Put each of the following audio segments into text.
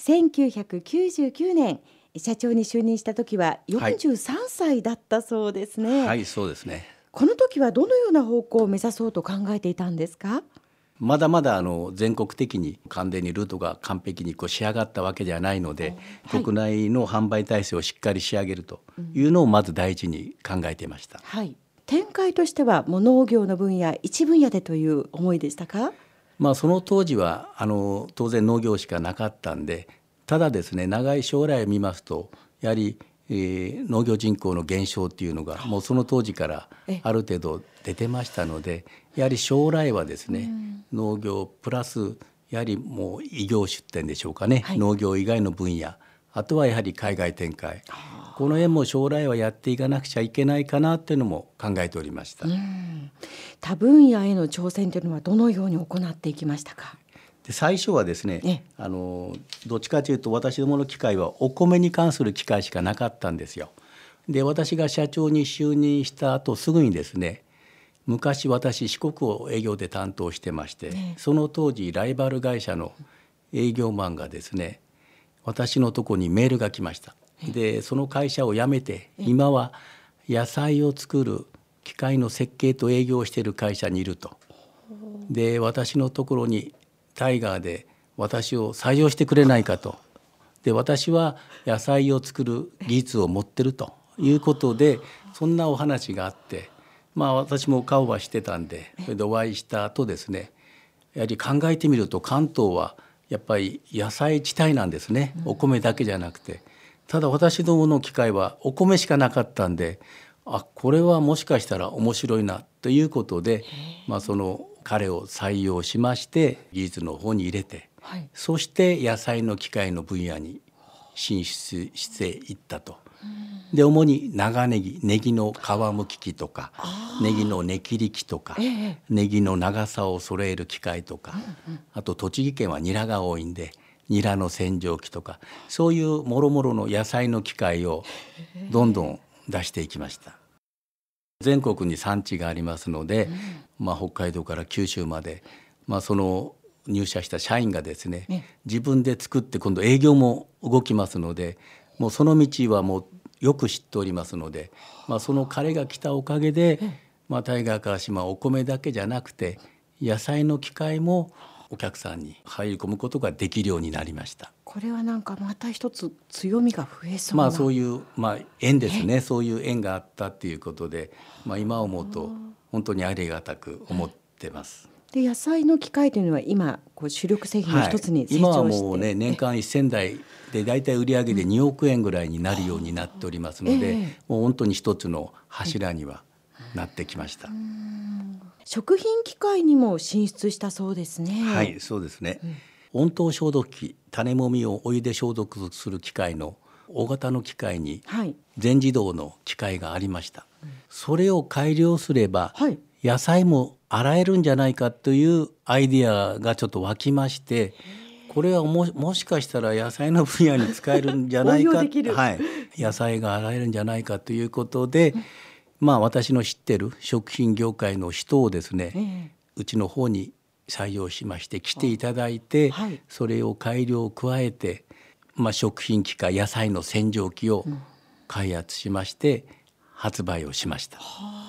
1999年社長に就任した時は43歳だったそうですね。 はい、そうですね。 この時はどのような方向を目指そうと考えていたんですか？ まだまだ全国的に完全にルートが完璧に仕上がったわけではないので、 はい、 国内の販売体制をしっかり仕上げるというのをまず第一に考えていました。 はい、展開としてはもう農業の分野一分野でという思いでしたか？ その当時は当然農業しかなかったんで、ただですね、長い将来を見ますとやはり、農業人口の減少っていうのがもうその当時からある程度出てましたので、やはり将来はですね、農業プラスやはりもう異業出店でしょうかね、 はい、 農業以外の分野、あとはやはり海外展開、この辺も将来はやっていかなくちゃいけないかなっていうのも考えておりました。 多分野への挑戦というのはどのように行っていきましたか？ で最初はですね、どっちかというと私どもの機械はお米に関する機械しかなかったんですよ。で私が社長に就任した後すぐにですね、昔私四国を営業で担当してまして、その当時ライバル会社の営業マンがですね、私のところにメールが来ました。でその会社を辞めて今は野菜を作る機械の設計と営業をしている会社にいると。で私のところにタイガーで私を採用してくれないかと。で私は野菜を作る技術を持ってるということで、そんなお話があって、私も顔はしてたんで、それでお会いした後ですね、やはり考えてみると関東はやっぱり野菜地帯なんですね、お米だけじゃなくて。ただ私どもの機械はお米しかなかったんで、これはもしかしたら面白いなということで、その彼を採用しまして技術の方に入れて、そして野菜の機械の分野に進出していったと。で主に長ネギ、ネギの皮むき器とか、ネギの根切り器とか、ネギの長さを揃える機械とか、あと栃木県はニラが多いんでニラの洗浄機とか、そういうもろもろの野菜の機械をどんどん出していきました。全国に産地がありますので、北海道から九州まで、その入社した社員がですね、自分で作って今度営業も動きますので、もうその道はもうよく知っておりますので、その彼が来たおかげで、タイガー川島お米だけじゃなくて野菜の機械もお客さんに入り込むことができるようになりました。 これはなんかまた一つ強みが増えそうな、 そういう、縁ですね。そういう縁があったっていうことで、今思うと本当にありがたく思ってます。 で野菜の機械というのは今主力製品の一つに成長して、 今はもうね、年間1000台でだいたい売上で2億円ぐらいになるようになっておりますので、もう本当に一つの柱にはなってきました。 食品機械にも進出したそうですね。 はい、そうですね。温湯消毒機、種もみをお湯で消毒する機械の大型の機械に全自動の機械がありました。それを改良すれば、野菜も洗えるんじゃないかというアイディアがちょっと湧きまして、これは もしかしたら野菜の分野に使えるんじゃないか野菜が洗えるんじゃないかということで、私の知ってる食品業界の人をですね、うちの方に採用しまして来ていただいて、それを改良を加えて、食品機械野菜の洗浄機を開発しまして発売をしました。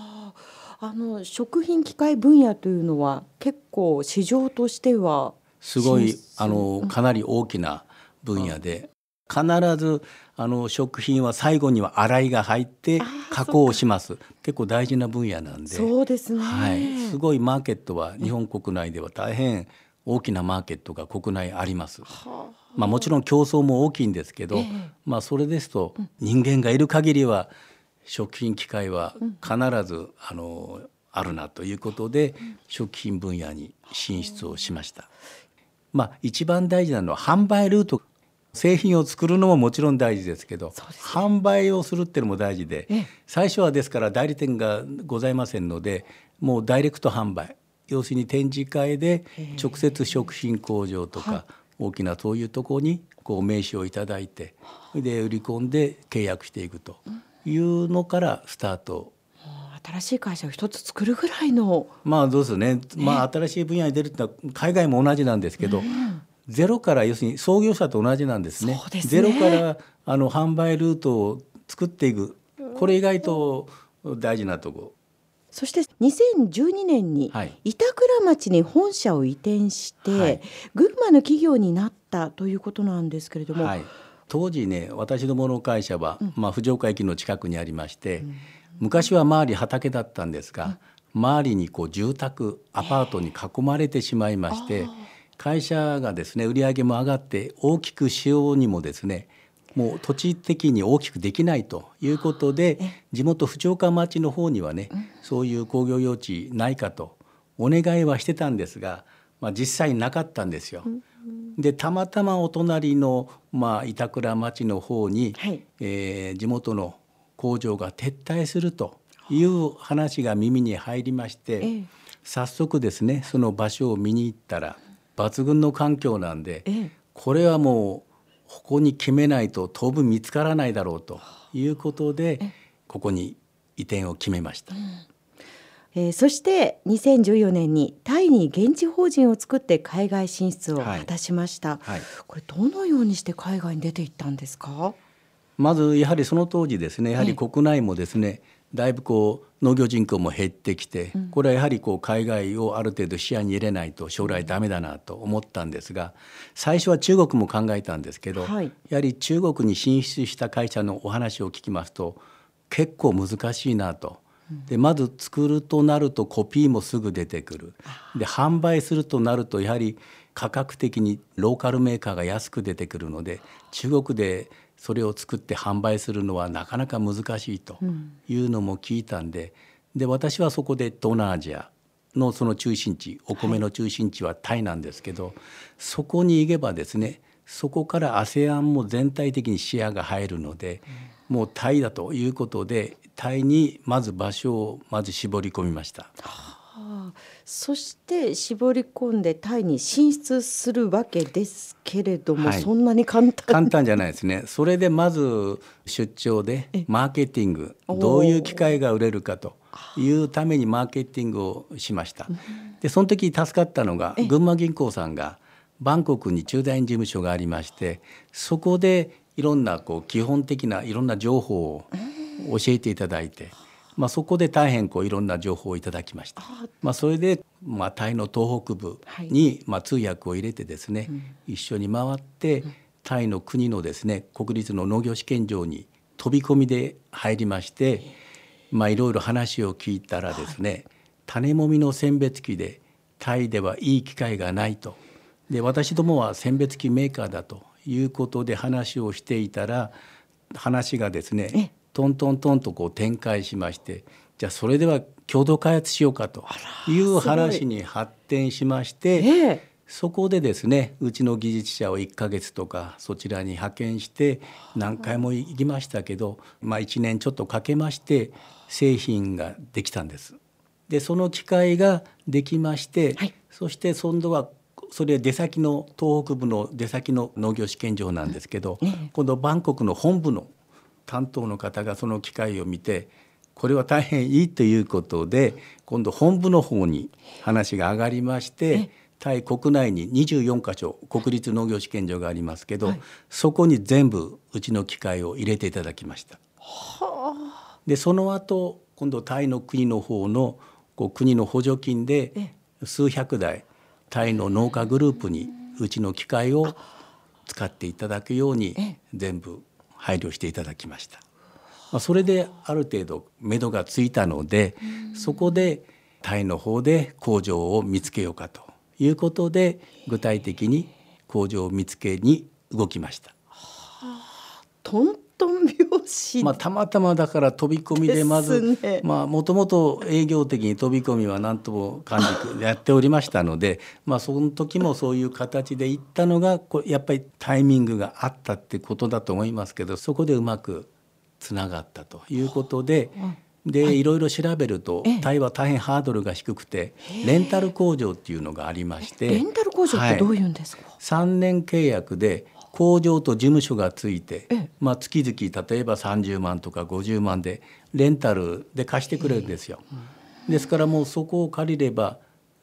食品機械分野というのは結構市場としてはすごいかなり大きな分野で、必ず食品は最後には洗いが入って加工をします。結構大事な分野なんで。 そうですね。 すごいマーケットは日本国内では大変大きなマーケットが国内あります。もちろん競争も大きいんですけど、それですと人間がいる限りは食品機械は必ずあるなということで、食品分野に進出をしました。一番大事なのは販売ルート、製品を作るのももちろん大事ですけど、販売をするっていうのも大事で、最初はですから代理店がございませんので、もうダイレクト販売、要するに展示会で直接食品工場とか大きなそういうところに名刺をいただいて、で売り込んで契約していくというのからスタート。 新しい会社を一つ作るぐらいのそうですね。新しい分野に出るってのは海外も同じなんですけど、 ゼロから、要するに創業者と同じなんですね。 そうですね。 ゼロから販売ルートを作っていく、これ意外と大事なところ。 そして2012年に板倉町に本社を移転して、群馬の企業になったということなんですけれども、 当時ね、私どもの会社は、藤岡駅の近くにありまして、昔は周り畑だったんですが、周りに住宅アパートに囲まれてしまいまして、会社がですね、売り上げも上がって大きくしようにもですね、もう土地的に大きくできないということで、地元藤岡町の方にはね、そういう工業用地ないかとお願いはしてたんですが、実際なかったんですよ。でたまたまお隣の、板倉町の方に、地元の工場が撤退するという話が耳に入りまして、早速ですね、その場所を見に行ったら抜群の環境なんで、これはもうここに決めないと当分見つからないだろうということで、ここに移転を決めました。 そして2014年にタイに現地法人を作って海外進出を果たしました。これどのようにして海外に出ていったんですか？ まずやはりその当時ですね、やはり国内もですね、だいぶ農業人口も減ってきて、これはやはり海外をある程度視野に入れないと将来ダメだなと思ったんですが、最初は中国も考えたんですけど、やはり中国に進出した会社のお話を聞きますと結構難しいなと。でまず作るとなるとコピーもすぐ出てくる。で販売するとなるとやはり価格的にローカルメーカーが安く出てくるので、中国でそれを作って販売するのはなかなか難しいというのも聞いたんで、私はそこで東南アジアのその中心地、お米の中心地はタイなんですけど、そこに行けばですね、そこから ASEAN も全体的に視野が入るので、もうタイだということでタイにまず場所を絞り込みました。 そして絞り込んでタイに進出するわけですけれども、そんなに簡単じゃないですね。それでまず出張でマーケティング、どういう機械が売れるかというためにマーケティングをしました。でその時助かったのが群馬銀行さんがバンコクに駐在員事務所がありまして、そこでいろんな基本的ないろんな情報を教えていただいて、そこで大変いろんな情報をいただきました。それで、タイの東北部に、通訳を入れてですね、一緒に回ってタイの国のですね、国立の農業試験場に飛び込みで入りまして、いろいろ話を聞いたらですね、種もみの選別機でタイではいい機械がないと。で私どもは選別機メーカーだということで話をしていたら、話がですねトントントンと展開しまして、じゃあそれでは共同開発しようかという話に発展しまして、そこでですね、うちの技術者を1ヶ月とかそちらに派遣して何回も行きましたけど、1年ちょっとかけまして製品ができたんです。でその機械ができまして、そして今度はそれ出先の東北部の出先の農業試験場なんですけど、今度バンコクの本部の担当の方がその機械を見て、これは大変いいということで、今度本部の方に話が上がりまして、タイ国内に24カ所国立農業試験場がありますけど、そこに全部うちの機械を入れていただきました。でその後今度タイの国の方の国の補助金で数百台タイの農家グループにうちの機械を使っていただくように全部配慮していただきました。それである程度目処がついたので、そこでタイの方で工場を見つけようかということで、具体的に工場を見つけに動きました。 トントン拍子、 たまたまだから飛び込みでまず、もともと営業的に飛び込みは何とも感じやっておりましたので、その時もそういう形で行ったのがやっぱりタイミングがあったってことだと思いますけど、そこでうまくつながったということで、いろいろ調べるとタイは大変ハードルが低くて、レンタル工場っていうのがありまして。 レンタル工場ってどういうんですか ？3年契約で工場と事務所がついて、月々例えば30万とか50万でレンタルで貸してくれるんですよ。ですからもうそこを借りれば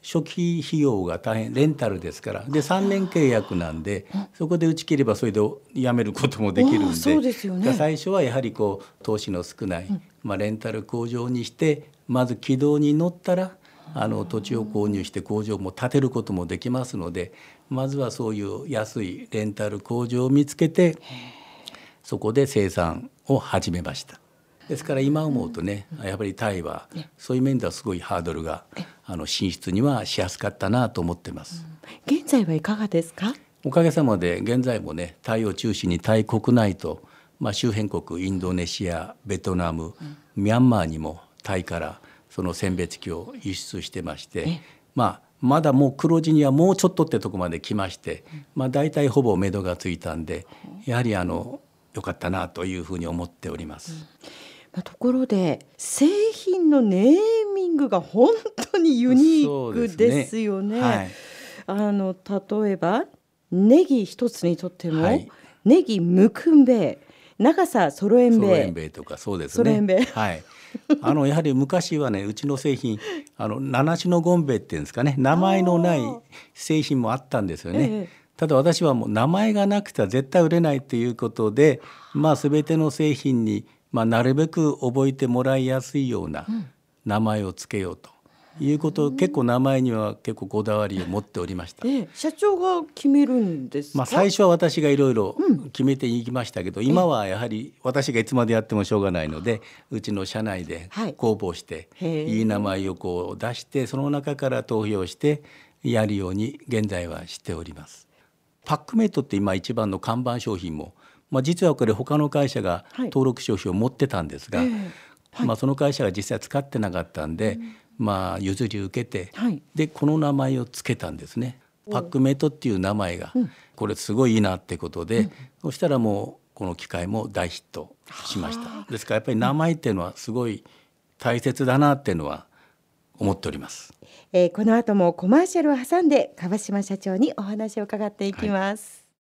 初期費用が大変レンタルですからで3年契約なんでそこで打ち切ればそれで辞めることもできるんで、 そうですよね、 最初はやはり投資の少ない、レンタル工場にしてまず軌道に乗ったら土地を購入して工場も建てることもできますのでまずはそういう安いレンタル工場を見つけてそこで生産を始めました。ですから今思うとねやっぱりタイはそういう面ではすごいハードルが進出にはしやすかったなと思ってます。 現在はいかがですか？ おかげさまで現在もねタイを中心にタイ国内と、周辺国インドネシアベトナム、ミャンマーにもタイからその選別機を輸出してまして、まだもう黒字にはもうちょっとってとこまで来まして、大体ほぼ目処がついたんでやはり良かったなというふうに思っております。 ところで製品のネーミングが本当にユニークですよね。例えばネギ一つにとっても、ネギムクンベイ、長さソロエンベイ、 ソロエンベイとかそうですね。 ソロエンベイ、 やはり昔はねうちの製品七種のゴンベイっていうんですかね名前のない製品もあったんですよね。ただ私はもう名前がなくては絶対売れないということで、全ての製品になるべく覚えてもらいやすいような名前をつけようということを結構名前には結構こだわりを持っておりました。 社長が決めるんですか？ 最初は私がいろいろ決めていきましたけど、今はやはり私がいつまでやってもしょうがないのでうちの社内で公募して、いい名前を出してその中から投票してやるように現在はしております。パックメイトって今一番の看板商品も実はこれ他の会社が登録商品を持ってたんですが、その会社が実際使ってなかったんで、譲り受けて、でこの名前をつけたんですね。パックメイトっていう名前がこれすごいいいなってことで、そしたらもうこの機械も大ヒットしました。ですからやっぱり名前っていうのはすごい大切だなっていうのは思っております。 この後もコマーシャルを挟んで川島社長にお話を伺っていきます。